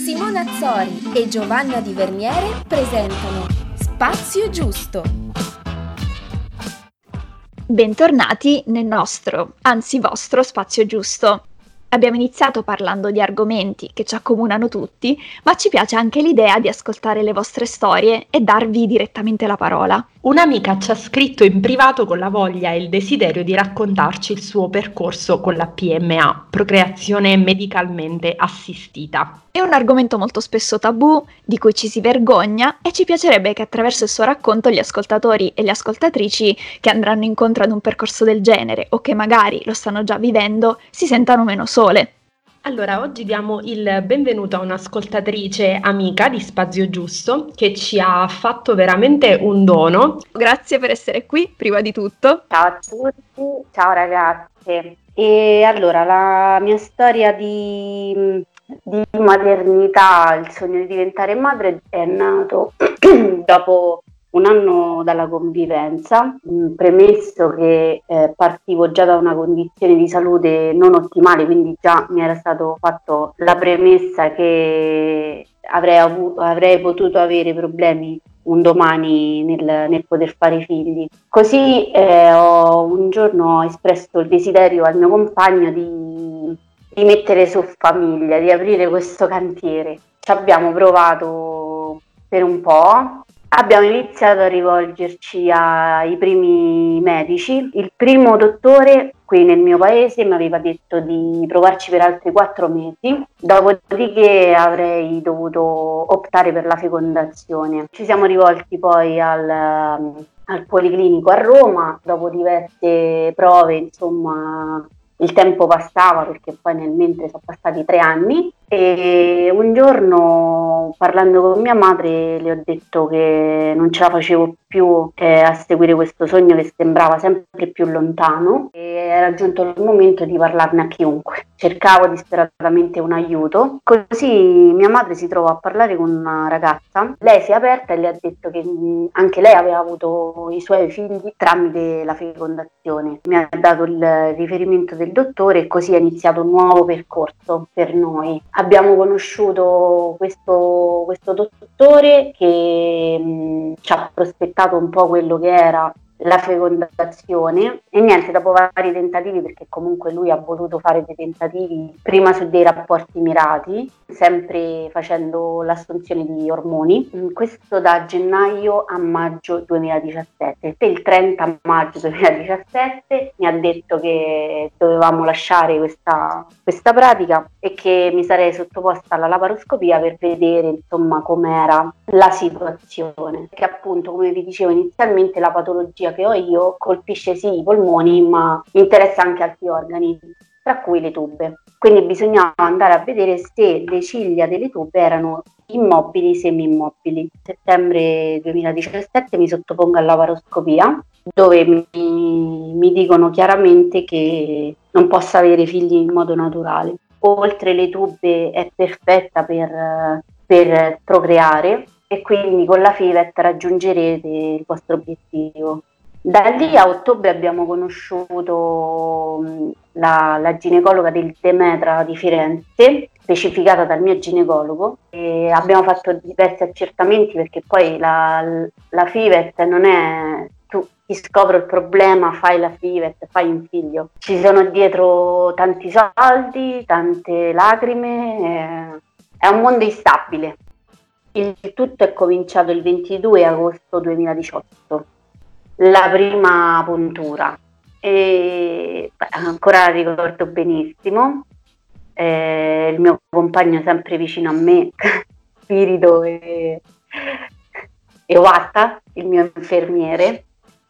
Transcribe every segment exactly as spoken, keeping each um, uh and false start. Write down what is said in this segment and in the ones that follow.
Simona Azzori e Giovanna Di Verniere presentano Spazio Giusto. Bentornati nel nostro, anzi vostro, Spazio Giusto. Abbiamo iniziato parlando di argomenti che ci accomunano tutti, ma ci piace anche l'idea di ascoltare le vostre storie e darvi direttamente la parola. Un'amica ci ha scritto in privato con la voglia e il desiderio di raccontarci il suo percorso con la P M A, procreazione medicalmente assistita. È un argomento molto spesso tabù, di cui ci si vergogna, e ci piacerebbe che attraverso il suo racconto gli ascoltatori e le ascoltatrici che andranno incontro ad un percorso del genere o che magari lo stanno già vivendo si sentano meno sole. Allora, oggi diamo il benvenuto a un'ascoltatrice amica di Spazio Giusto che ci ha fatto veramente un dono. Grazie per essere qui, prima di tutto. Ciao a tutti, ciao ragazze. E allora, la mia storia di, di maternità, il sogno di diventare madre è nato dopo un anno dalla convivenza, premesso che eh, partivo già da una condizione di salute non ottimale, quindi già mi era stato fatto la premessa che avrei, avuto, avrei potuto avere problemi un domani nel, nel poter fare figli. Così eh, ho, un giorno ho espresso il desiderio al mio compagno di, di mettere su famiglia, di aprire questo cantiere. Ci abbiamo provato per un po'. Abbiamo iniziato a rivolgerci ai primi medici. Il primo dottore qui nel mio paese mi aveva detto di provarci per altri quattro mesi, dopodiché avrei dovuto optare per la fecondazione. Ci siamo rivolti poi al, al Policlinico a Roma, dopo diverse prove, insomma, il tempo passava perché poi nel mentre sono passati tre anni e un giorno parlando con mia madre le ho detto che non ce la facevo più eh, a seguire questo sogno che sembrava sempre più lontano e era giunto il momento di parlarne a chiunque. Cercavo disperatamente un aiuto, così mia madre si trovò a parlare con una ragazza, lei si è aperta e le ha detto che mh, anche lei aveva avuto i suoi figli tramite la fecondazione. Mi ha dato il riferimento del dottore e così è iniziato un nuovo percorso per noi. Abbiamo conosciuto questo, questo dottore che mh, ci ha prospettato un po' quello che era la fecondazione e niente, dopo vari tentativi, perché comunque lui ha voluto fare dei tentativi prima su dei rapporti mirati, sempre facendo l'assunzione di ormoni, questo da gennaio a maggio duemiladiciassette. E il trenta maggio duemiladiciassette mi ha detto che dovevamo lasciare questa, questa pratica e che mi sarei sottoposta alla laparoscopia per vedere insomma com'era la situazione, che appunto, come vi dicevo inizialmente, la patologia che ho io colpisce sì i polmoni ma interessa anche altri organi, tra cui le tube, quindi bisognava andare a vedere se le ciglia delle tube erano immobili, semi-immobili. Settembre duemiladiciassette mi sottopongo alla laparoscopia dove mi, mi dicono chiaramente che non posso avere figli in modo naturale. Oltre le tube è perfetta per, per procreare e quindi con la FIVET raggiungerete il vostro obiettivo. Da lì a ottobre abbiamo conosciuto la, la ginecologa del Demetra di Firenze, specificata dal mio ginecologo, e abbiamo fatto diversi accertamenti perché poi la, la FIVET non è tu ti scopro il problema, fai la FIVET, fai un figlio. Ci sono dietro tanti soldi, tante lacrime, è un mondo instabile. Il tutto è cominciato il ventidue agosto duemiladiciotto. La prima puntura e beh, ancora la ricordo benissimo, eh, il mio compagno sempre vicino a me, spirito e, e Watta, il mio infermiere,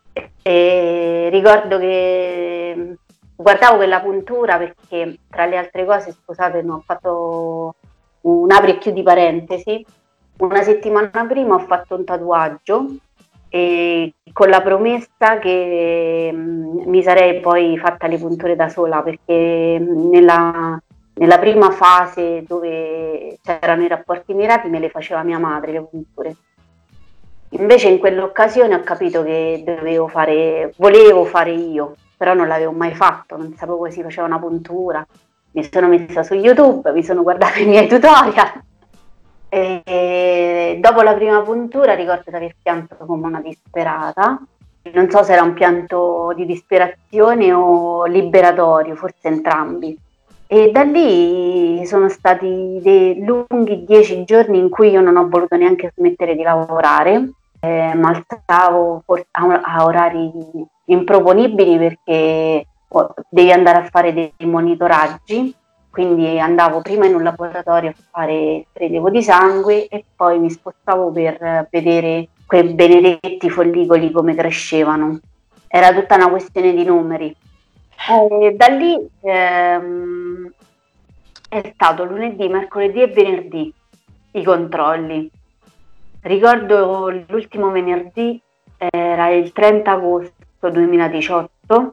e ricordo che guardavo quella puntura perché tra le altre cose, scusate, no, ho fatto un apri e chiudi parentesi, una settimana prima ho fatto un tatuaggio e con la promessa che mh, mi sarei poi fatta le punture da sola, perché nella, nella prima fase dove c'erano i rapporti mirati me le faceva mia madre le punture. Invece in quell'occasione ho capito che dovevo fare, volevo fare io, però non l'avevo mai fatto, non sapevo come si faceva una puntura. Mi sono messa su YouTube, mi sono guardata i miei tutorial E dopo la prima puntura ricordo di aver pianto come una disperata. Non so se era un pianto di disperazione o liberatorio, forse entrambi. E da lì sono stati dei lunghi dieci giorni in cui io non ho voluto neanche smettere di lavorare, eh, ma alzavo a, a orari improponibili perché oh, devi andare a fare dei monitoraggi, quindi andavo prima in un laboratorio a fare prelievo di sangue e poi mi spostavo per vedere quei benedetti follicoli come crescevano. Era tutta una questione di numeri. E da lì ehm, è stato lunedì, mercoledì e venerdì i controlli. Ricordo l'ultimo venerdì era il trenta agosto duemiladiciotto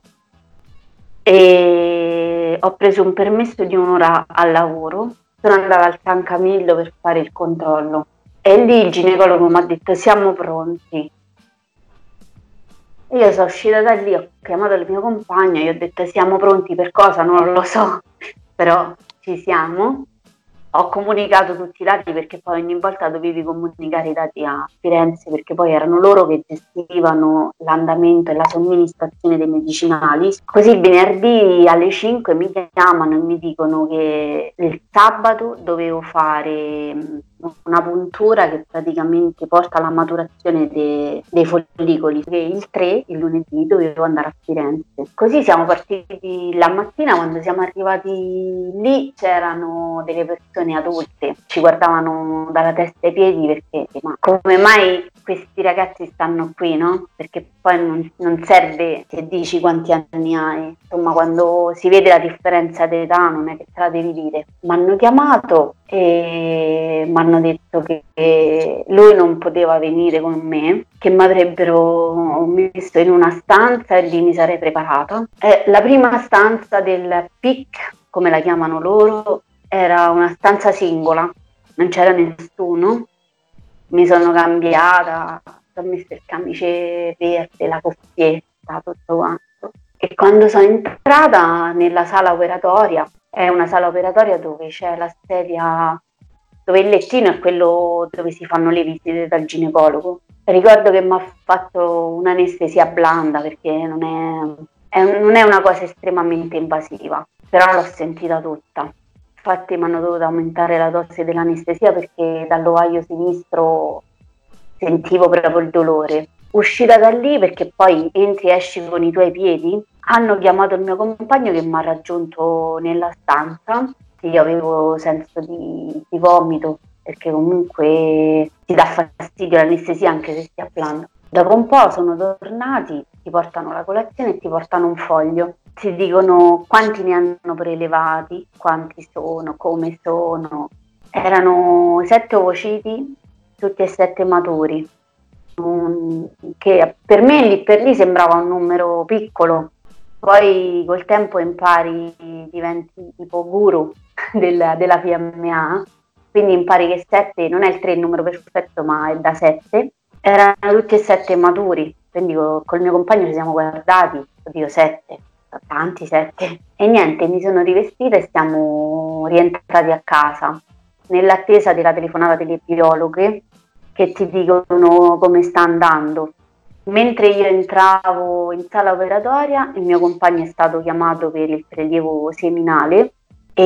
e ho preso un permesso di un'ora al lavoro. Sono andata al San Camillo per fare il controllo e lì il ginecologo mi ha detto siamo pronti. Io sono uscita da lì, ho chiamato il mio compagno e gli ho detto siamo pronti per cosa, non lo so, però ci siamo. Ho comunicato tutti i dati perché poi ogni volta dovevi comunicare i dati a Firenze perché poi erano loro che gestivano l'andamento e la somministrazione dei medicinali. Così il venerdì alle cinque mi chiamano e mi dicono che il sabato dovevo fare una puntura che praticamente porta alla maturazione de- dei follicoli e il tre, il lunedì, dovevo andare a Firenze. Così siamo partiti la mattina, quando siamo arrivati lì c'erano delle persone adulte, ci guardavano dalla testa ai piedi perché ma come mai questi ragazzi stanno qui, no? Perché poi non, non serve che dici quanti anni hai, insomma quando si vede la differenza di età non è che te la devi dire. Mi hanno chiamato e mi hanno detto che lui non poteva venire con me, che mi avrebbero messo in una stanza e lì mi sarei preparata. Eh, la prima stanza del P I C, come la chiamano loro, era una stanza singola, non c'era nessuno. Mi sono cambiata, ho messo il camice verde, la cuffietta, tutto quanto. E quando sono entrata nella sala operatoria, è una sala operatoria dove c'è la sedia, dove il lettino è quello dove si fanno le visite dal ginecologo. Ricordo che mi ha fatto un'anestesia blanda perché non è, è, non è una cosa estremamente invasiva, però l'ho sentita tutta. Infatti mi hanno dovuto aumentare la dose dell'anestesia perché dall'ovaio sinistro sentivo proprio il dolore. Uscita da lì, perché poi entri e esci con i tuoi piedi, hanno chiamato il mio compagno che mi ha raggiunto nella stanza. Io avevo senso di, di vomito perché comunque ti dà fastidio l'anestesia anche se stai blando. Dopo un po' sono tornati, ti portano la colazione e ti portano un foglio. Ti dicono quanti ne hanno prelevati, quanti sono, come sono. Erano sette ovociti, tutti e sette maturi, um, che per me lì per lì sembrava un numero piccolo. Poi col tempo impari, diventi tipo guru del, della P M A, quindi impari che sette non è il tre il numero perfetto, ma è da sette. Erano tutti e sette maturi, quindi co- col mio compagno ci siamo guardati, oddio sette, tanti sette. E niente, mi sono rivestita e siamo rientrati a casa, nell'attesa della telefonata delle biologhe che ti dicono come sta andando. Mentre io entravo in sala operatoria, il mio compagno è stato chiamato per il prelievo seminale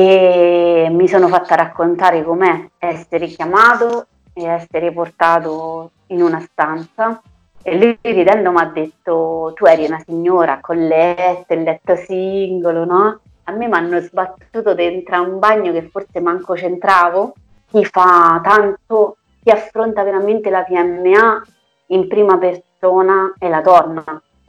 e mi sono fatta raccontare com'è essere chiamato e essere portato in una stanza. E lui ridendo mi ha detto: tu eri una signora con letto, il letto singolo, no? A me mi hanno sbattuto dentro a un bagno che forse manco c'entravo. Ti fa tanto, ti affronta veramente la P M A in prima persona e la donna,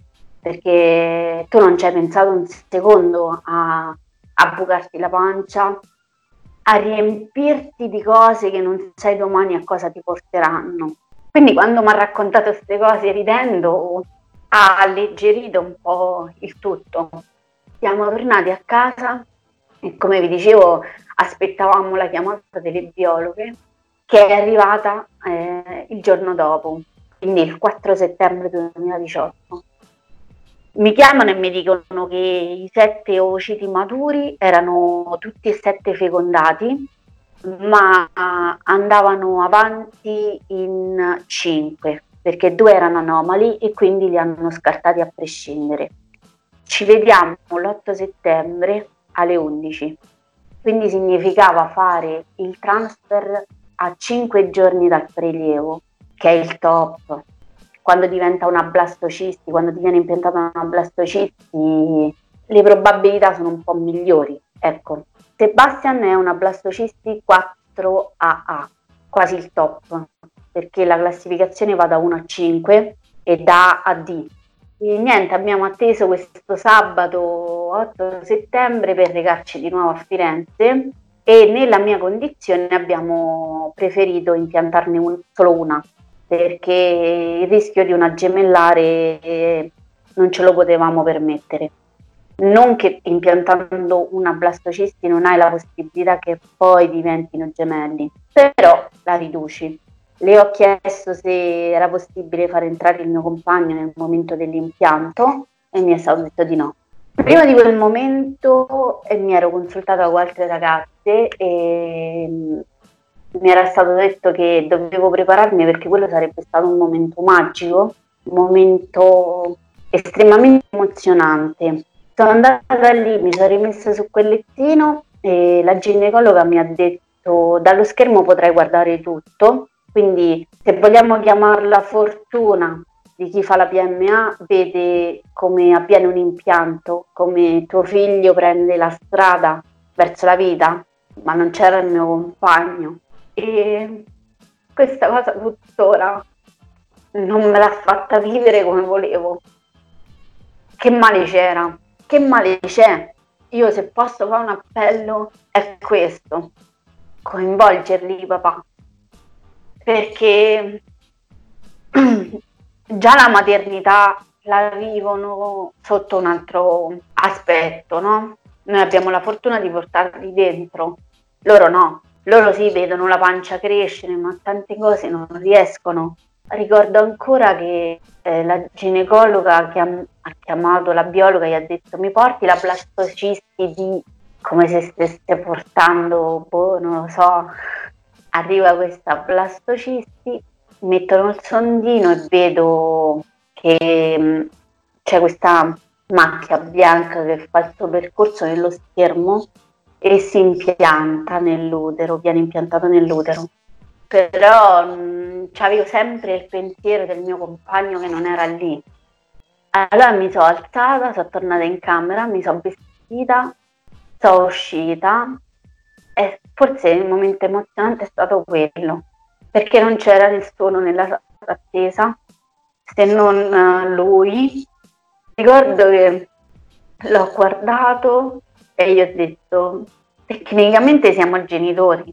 perché tu non ci hai pensato un secondo a, a bucarti la pancia, a riempirti di cose che non sai domani a cosa ti porteranno. Quindi quando mi ha raccontato queste cose ridendo ha alleggerito un po' il tutto. Siamo tornati a casa e come vi dicevo aspettavamo la chiamata delle biologhe che è arrivata eh, il giorno dopo, quindi il quattro settembre duemiladiciotto. Mi chiamano e mi dicono che i sette ovociti maturi erano tutti e sette fecondati ma andavano avanti in cinque, perché due erano anomali e quindi li hanno scartati a prescindere. Ci vediamo l'otto settembre alle undici, quindi significava fare il transfer a cinque giorni dal prelievo, che è il top. Quando diventa una blastocisti, quando ti viene impiantata una blastocisti, le probabilità sono un po' migliori. Ecco, Sebastian è una blastocisti quattro A A, quasi il top, perché la classificazione va da uno a cinque e da A a D. E niente, abbiamo atteso questo sabato otto settembre per recarci di nuovo a Firenze e nella mia condizione abbiamo preferito impiantarne un, solo una, perché il rischio di una gemellare non ce lo potevamo permettere. Non che impiantando una blastocisti non hai la possibilità che poi diventino gemelli, però la riduci. Le ho chiesto se era possibile far entrare il mio compagno nel momento dell'impianto e mi è stato detto di no. Prima di quel momento eh, mi ero consultata con altre ragazze e mi era stato detto che dovevo prepararmi perché quello sarebbe stato un momento magico, un momento estremamente emozionante. Sono andata lì, mi sono rimessa su quel lettino e la ginecologa mi ha detto: dallo schermo potrai guardare tutto, quindi se vogliamo chiamarla fortuna di chi fa la P M A, vede come avviene un impianto, come tuo figlio prende la strada verso la vita, ma non c'era il mio compagno. E questa cosa tuttora non me l'ha fatta vivere come volevo. Che male c'era, che male c'è? Io se posso fare un appello è questo: coinvolgerli, papà, perché già la maternità la vivono sotto un altro aspetto, no? Noi abbiamo la fortuna di portarli dentro, loro no, loro sì, vedono la pancia crescere, ma tante cose non riescono. Ricordo ancora che eh, la ginecologa che ha, ha chiamato la biologa e gli ha detto: mi porti la blastocisti di, come se stesse portando, boh, non lo so. Arriva questa blastocisti, mettono il sondino e vedo che mh, c'è questa macchia bianca che fa il suo percorso nello schermo e si impianta nell'utero, viene impiantato nell'utero. Però mh, avevo sempre il pensiero del mio compagno che non era lì. Allora mi sono alzata, sono tornata in camera, mi sono vestita, sono uscita e forse il momento emozionante è stato quello, perché non c'era nessuno nella attesa se non uh, lui. Ricordo che l'ho guardato e gli ho detto: tecnicamente siamo genitori.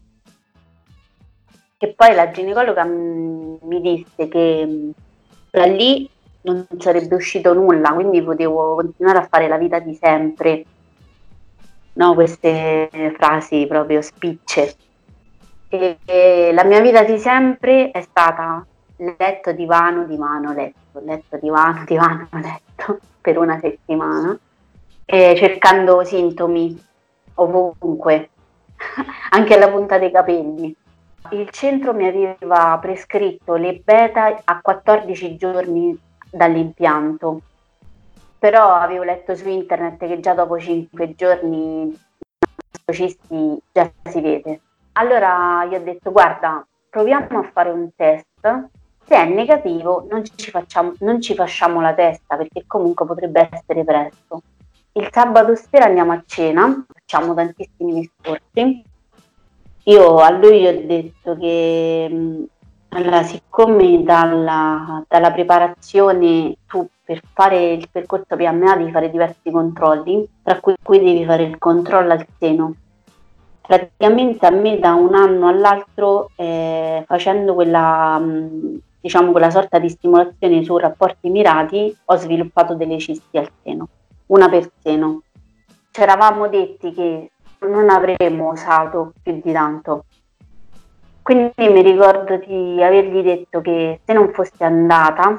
E poi la ginecologa m- mi disse che mh, da lì non sarebbe uscito nulla, quindi potevo continuare a fare la vita di sempre. No, queste frasi proprio spicce. E, e la mia vita di sempre è stata letto, divano, divano, letto, letto, divano, divano, letto per una settimana, e cercando sintomi ovunque, anche alla punta dei capelli. Il centro mi aveva prescritto le beta a quattordici giorni dall'impianto, però avevo letto su internet che già dopo cinque giorni i cisti già si vede. Allora gli ho detto: guarda, proviamo a fare un test, se è negativo non ci facciamo, non ci facciamo la testa, perché comunque potrebbe essere presto. Il sabato sera andiamo a cena, facciamo tantissimi discorsi. Io a lui gli ho detto che mh, allora, siccome dalla, dalla preparazione tu per fare il percorso P M A devi fare diversi controlli, tra cui, cui devi fare il controllo al seno. Praticamente a me da un anno all'altro, eh, facendo quella, mh, diciamo, quella sorta di stimolazione su rapporti mirati, ho sviluppato delle cisti al seno, una per seno. Ci eravamo detti che non avremmo usato più di tanto. Quindi mi ricordo di avergli detto che se non fosse andata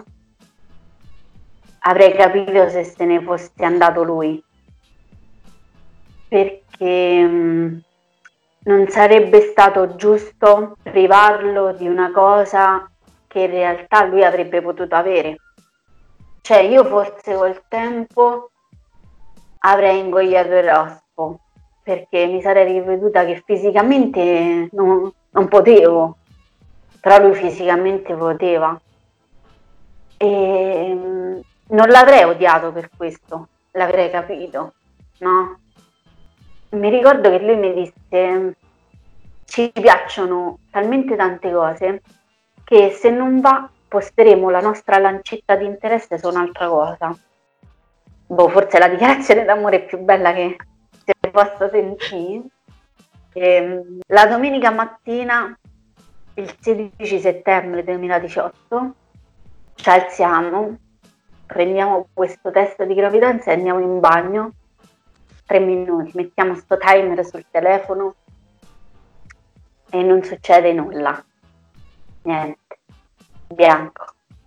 avrei capito se se ne fosse andato lui, perché mh, non sarebbe stato giusto privarlo di una cosa che in realtà lui avrebbe potuto avere. Cioè io forse col tempo avrei ingoiato il rospo, perché mi sarei ripetuta che fisicamente non, non potevo, però lui fisicamente poteva. E mm, non l'avrei odiato per questo, l'avrei capito, no? Mi ricordo che lui mi disse: ci piacciono talmente tante cose che se non va posteremo la nostra lancetta di interesse su un'altra cosa. Boh, forse è la dichiarazione d'amore più bella che si possa sentire. E, la domenica mattina, il sedici settembre duemiladiciotto, ci alziamo, prendiamo questo test di gravidanza e andiamo in bagno. Tre minuti, mettiamo sto timer sul telefono e non succede nulla. Niente, bianco.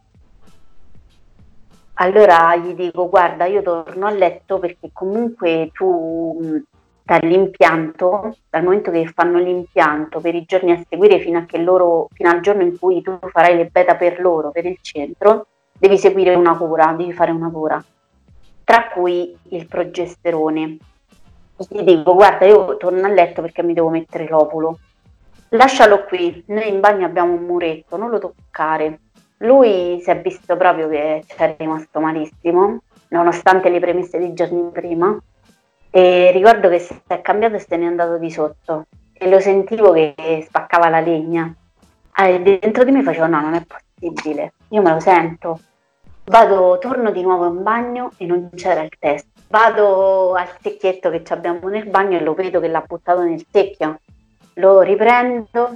Allora gli dico: guarda, io torno a letto perché comunque tu dall'impianto, dal momento che fanno l'impianto per i giorni a seguire fino a che loro, fino al giorno in cui tu farai le beta per loro, per il centro, devi seguire una cura, devi fare una cura, tra cui il progesterone. Gli dico: guarda, io torno a letto perché mi devo mettere l'ovulo. Lascialo qui, noi in bagno abbiamo un muretto, non lo toccare. Lui si è visto proprio che ci è rimasto malissimo, nonostante le premesse di giorni prima, e ricordo che si è cambiato e se n'è andato di sotto e lo sentivo che spaccava la legna. E dentro di me facevo: no, non è possibile, io me lo sento. Vado, torno di nuovo in bagno e non c'era il test. Vado al secchietto che abbiamo nel bagno e lo vedo che l'ha buttato nel secchio. Lo riprendo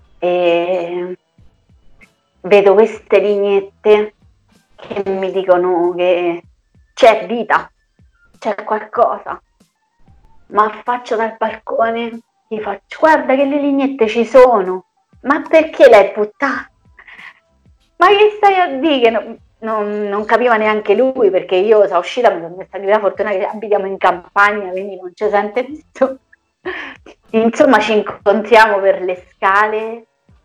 e vedo queste lineette che mi dicono che c'è vita, c'è qualcosa. Ma affaccio dal balcone, gli faccio: guarda che le lineette ci sono. Ma perché l'hai buttata? Ma che stai a dire? Che non, non, non capiva neanche lui, perché io sono uscita, mi sono messa lì, la fortuna che abitiamo in campagna, quindi non ci sente nessuno. Insomma, ci incontriamo per le scale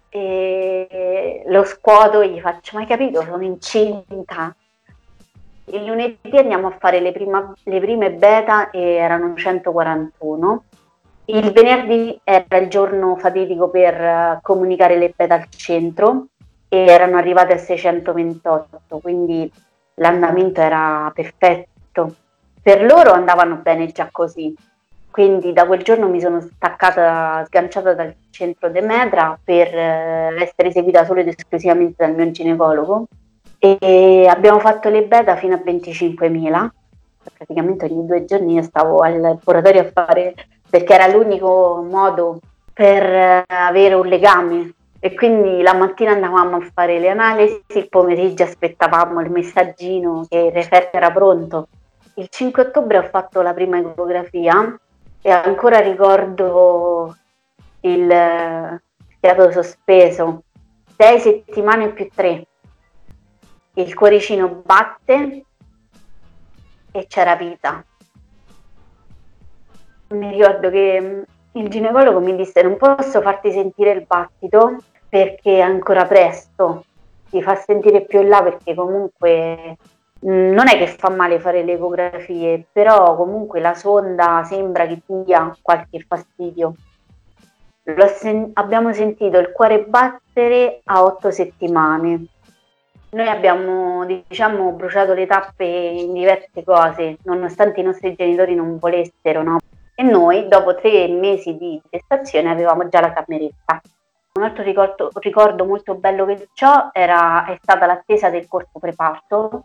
e lo scuoto e gli faccio: ma hai capito, sono incinta. Il lunedì andiamo a fare le, prima, le prime beta e erano centoquarantuno. Il venerdì era il giorno fatidico per uh, comunicare le beta al centro e erano arrivate a seicentoventotto, quindi l'andamento era perfetto. Per loro andavano bene già così. Quindi da quel giorno mi sono staccata, sganciata dal centro de Medra per eh, essere seguita solo ed esclusivamente dal mio ginecologo e abbiamo fatto le beta fino a venticinquemila. Praticamente ogni due giorni io stavo al laboratorio a fare, perché era l'unico modo per eh, avere un legame, e quindi la mattina andavamo a fare le analisi, il pomeriggio aspettavamo il messaggino che il referto era pronto. Il cinque ottobre ho fatto la prima ecografia e ancora ricordo il fiato sospeso, sei settimane più tre, il cuoricino batte e c'era vita. Mi ricordo che il ginecologo mi disse: non posso farti sentire il battito perché è ancora presto, ti fa sentire più in là perché comunque non è che fa male fare le ecografie, però comunque la sonda sembra che dia qualche fastidio. L'ho sen- abbiamo sentito il cuore battere a otto settimane. Noi abbiamo, diciamo, bruciato le tappe in diverse cose, nonostante i nostri genitori non volessero, no? E noi, dopo tre mesi di gestazione, avevamo già la cameretta. Un altro ricordo, ricordo molto bello che ho era, è stata l'attesa del corpo preparto,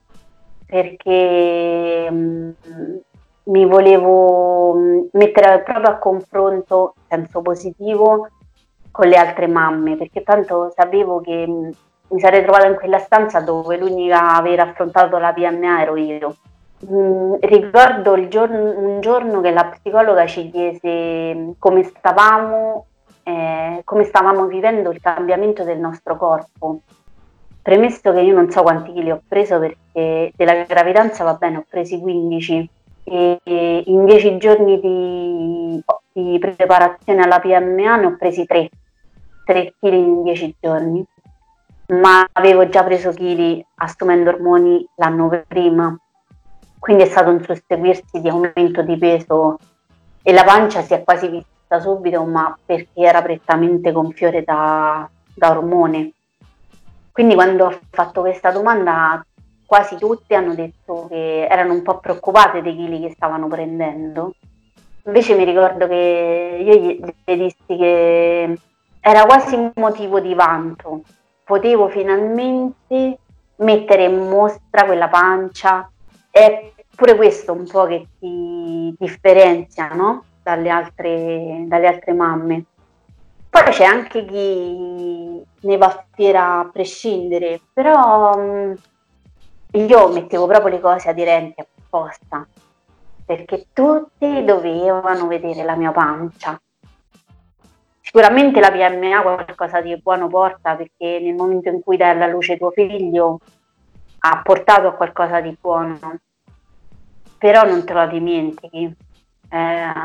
perché mh, mi volevo mh, mettere proprio a confronto, in senso positivo, con le altre mamme, perché tanto sapevo che mh, mi sarei trovata in quella stanza dove l'unica a aver affrontato la P M A ero io. Mm, ricordo il giorno, un giorno che la psicologa ci chiese come stavamo, eh, come stavamo vivendo il cambiamento del nostro corpo. Premesso che io non so quanti chili ho preso, perché della gravidanza, va bene, ho presi quindici e in dieci giorni di, di preparazione alla P M A ne ho presi tre, tre chili in dieci giorni, ma avevo già preso chili assumendo ormoni l'anno prima, quindi è stato un susseguirsi di aumento di peso e la pancia si è quasi vista subito, ma perché era prettamente gonfiore da, da ormone. Quindi quando ho fatto questa domanda quasi tutti hanno detto che erano un po' preoccupate dei chili che stavano prendendo. Invece mi ricordo che io gli, gli dissi che era quasi un motivo di vanto, potevo finalmente mettere in mostra quella pancia. È pure questo un po' che ti differenzia, no? dalle, altre, dalle altre mamme. Poi c'è anche chi ne va fiera a prescindere, però mh, io mettevo proprio le cose aderenti apposta, perché tutti dovevano vedere la mia pancia. Sicuramente la P M A qualcosa di buono porta, perché nel momento in cui dai alla luce tuo figlio ha portato a qualcosa di buono, però non te lo dimentichi. Eh,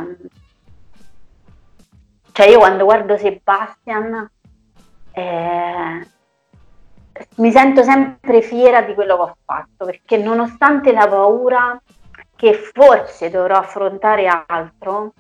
cioè io quando guardo Sebastian eh, mi sento sempre fiera di quello che ho fatto, perché nonostante la paura che forse dovrò affrontare altro,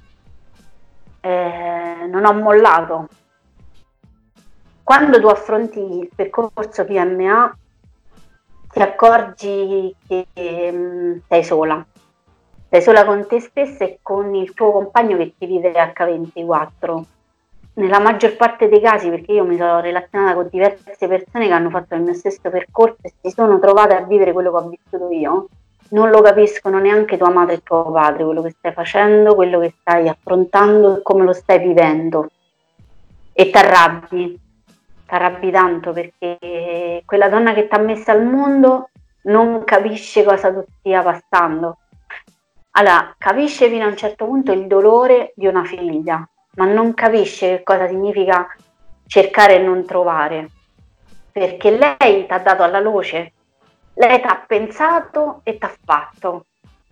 eh, non ho mollato. Quando tu affronti il percorso P M A ti accorgi che mh, sei sola, sei sola con te stessa e con il tuo compagno che ti vive acca ventiquattro. Nella maggior parte dei casi, perché io mi sono relazionata con diverse persone che hanno fatto il mio stesso percorso e si sono trovate a vivere quello che ho vissuto io, non lo capiscono neanche tua madre e tuo padre, quello che stai facendo, quello che stai affrontando e come lo stai vivendo. E ti arrabbi, ti arrabbi tanto, perché quella donna che ti ha messa al mondo non capisce cosa tu stia passando. Allora, capisce fino a un certo punto il dolore di una figlia, ma non capisce che cosa significa cercare e non trovare, perché lei ti ha dato alla luce, lei ti ha pensato e ti ha fatto.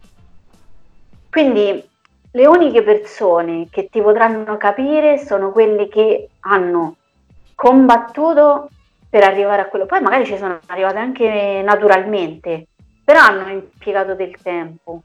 Quindi le uniche persone che ti potranno capire sono quelle che hanno combattuto per arrivare a quello. Poi magari ci sono arrivate anche naturalmente, però hanno impiegato del tempo.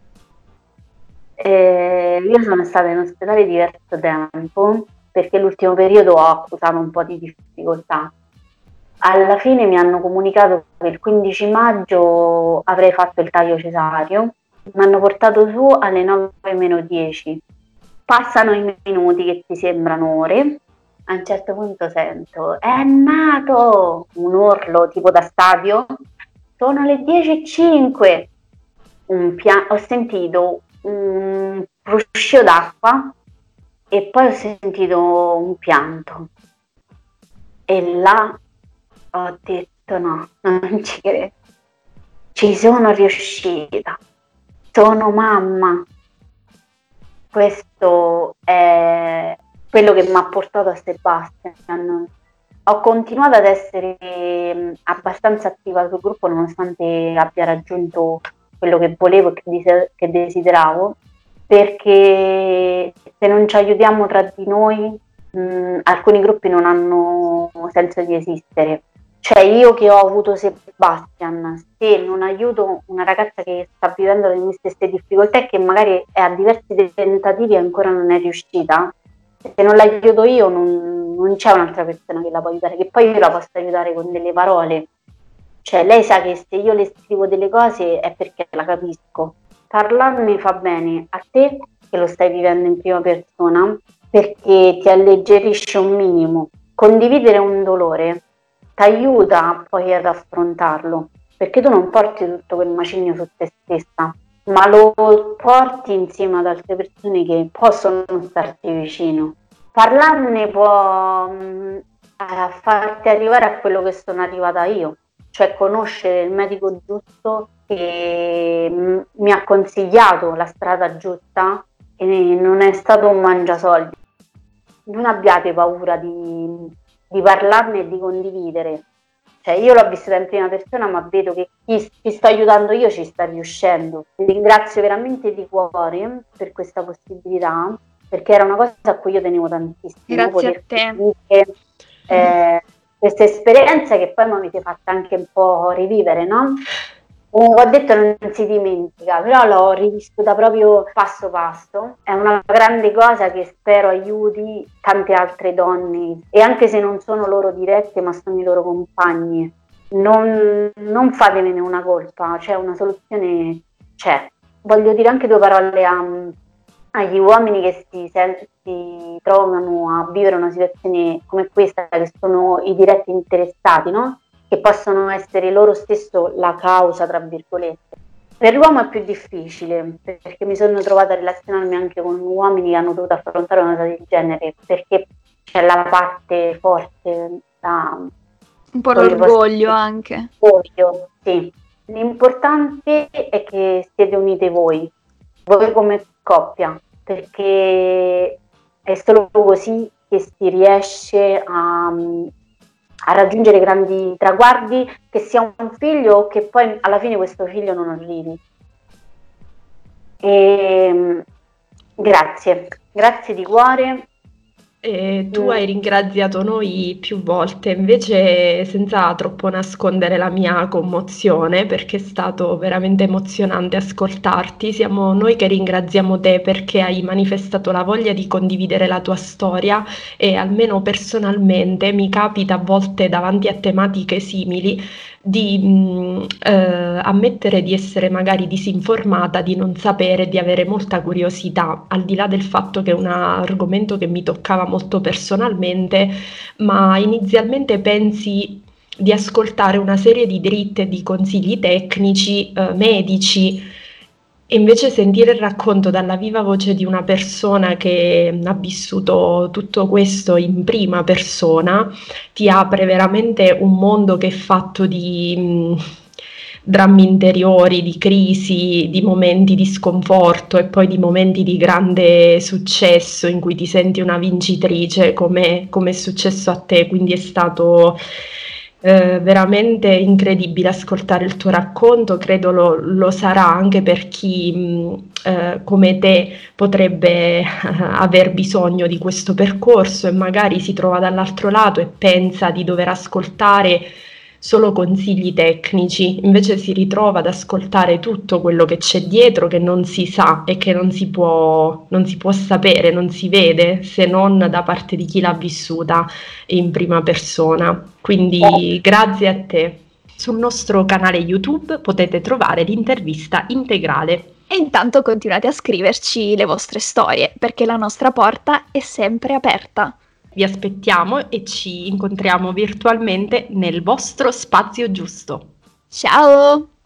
Eh, io sono stata in ospedale diverso tempo perché l'ultimo periodo ho accusato un po' di difficoltà. Alla fine mi hanno comunicato che il quindici maggio avrei fatto il taglio cesareo, mi hanno portato su alle nove meno dieci. Passano i minuti che ti sembrano ore, a un certo punto sento è nato un urlo tipo da stadio, sono le dieci e cinque. Un pia- ho sentito un fruscio d'acqua e poi ho sentito un pianto e là ho detto no, non ci credo, ci sono riuscita, sono mamma. Questo è quello che mi ha portato a Sebastian. Ho continuato ad essere abbastanza attiva sul gruppo nonostante abbia raggiunto quello che volevo e che desideravo, perché se non ci aiutiamo tra di noi mh, alcuni gruppi non hanno senso di esistere. Cioè io che ho avuto Sebastian, se non aiuto una ragazza che sta vivendo le mie stesse difficoltà e che magari è a diversi tentativi e ancora non è riuscita, se non l'aiuto io non, non c'è un'altra persona che la può aiutare, che poi io la posso aiutare con delle parole. Cioè lei sa che se io le scrivo delle cose è perché la capisco. Parlarne fa bene a te che lo stai vivendo in prima persona, perché ti alleggerisce un minimo. Condividere un dolore ti aiuta poi ad affrontarlo, perché tu non porti tutto quel macigno su te stessa, ma lo porti insieme ad altre persone che possono starti vicino. Parlarne può mh, farti arrivare a quello che sono arrivata io, cioè conoscere il medico giusto che mh, mi ha consigliato la strada giusta e non è stato un mangiasoldi. Non abbiate paura di, di parlarne e di condividere. Cioè io l'ho vissuta in prima persona, ma vedo che chi ci sto aiutando io ci sta riuscendo. Vi ringrazio veramente di cuore per questa possibilità perché era una cosa a cui io tenevo tantissimo. Grazie a te. Dire, eh, questa esperienza che poi mi avete fatto anche un po' rivivere, no? Come ho detto, non si dimentica, però l'ho rivissuta proprio passo passo. È una grande cosa che spero aiuti tante altre donne, e anche se non sono loro dirette ma sono i loro compagni, non, non fatevene una colpa, cioè una soluzione c'è. Voglio dire anche due parole a, agli uomini che si, si trovano a vivere una situazione come questa, che sono i diretti interessati, no? Che possono essere loro stesso la causa, tra virgolette. Per l'uomo è più difficile, perché mi sono trovata a relazionarmi anche con uomini che hanno dovuto affrontare una cosa del genere, perché c'è la parte forte da... Un po' l'orgoglio anche. Orgoglio, sì. L'importante è che siete unite voi, voi come coppia, perché è solo così che si riesce a, a raggiungere grandi traguardi, che sia un figlio o che poi alla fine questo figlio non arrivi. E, grazie, grazie di cuore. E tu hai ringraziato noi più volte, invece senza troppo nascondere la mia commozione, perché è stato veramente emozionante ascoltarti. Siamo noi che ringraziamo te perché hai manifestato la voglia di condividere la tua storia, e almeno personalmente mi capita a volte davanti a tematiche simili di mh, eh, ammettere di essere magari disinformata, di non sapere, di avere molta curiosità, al di là del fatto che è un argomento che mi toccava molto personalmente, ma inizialmente pensi di ascoltare una serie di dritte e di consigli tecnici, eh, medici, e invece sentire il racconto dalla viva voce di una persona che ha vissuto tutto questo in prima persona ti apre veramente un mondo che è fatto di mh, drammi interiori, di crisi, di momenti di sconforto e poi di momenti di grande successo in cui ti senti una vincitrice, come, come è successo a te. Quindi è stato eh, veramente incredibile ascoltare il tuo racconto. Credo lo, lo sarà anche per chi mh, eh, come te potrebbe aver bisogno di questo percorso e magari si trova dall'altro lato e pensa di dover ascoltare solo consigli tecnici, invece si ritrova ad ascoltare tutto quello che c'è dietro, che non si sa e che non si può, non si può sapere, non si vede se non da parte di chi l'ha vissuta in prima persona. Quindi grazie a te. Sul nostro canale YouTube potete trovare l'intervista integrale. E intanto continuate a scriverci le vostre storie, perché la nostra porta è sempre aperta. Vi aspettiamo e ci incontriamo virtualmente nel vostro spazio giusto. Ciao!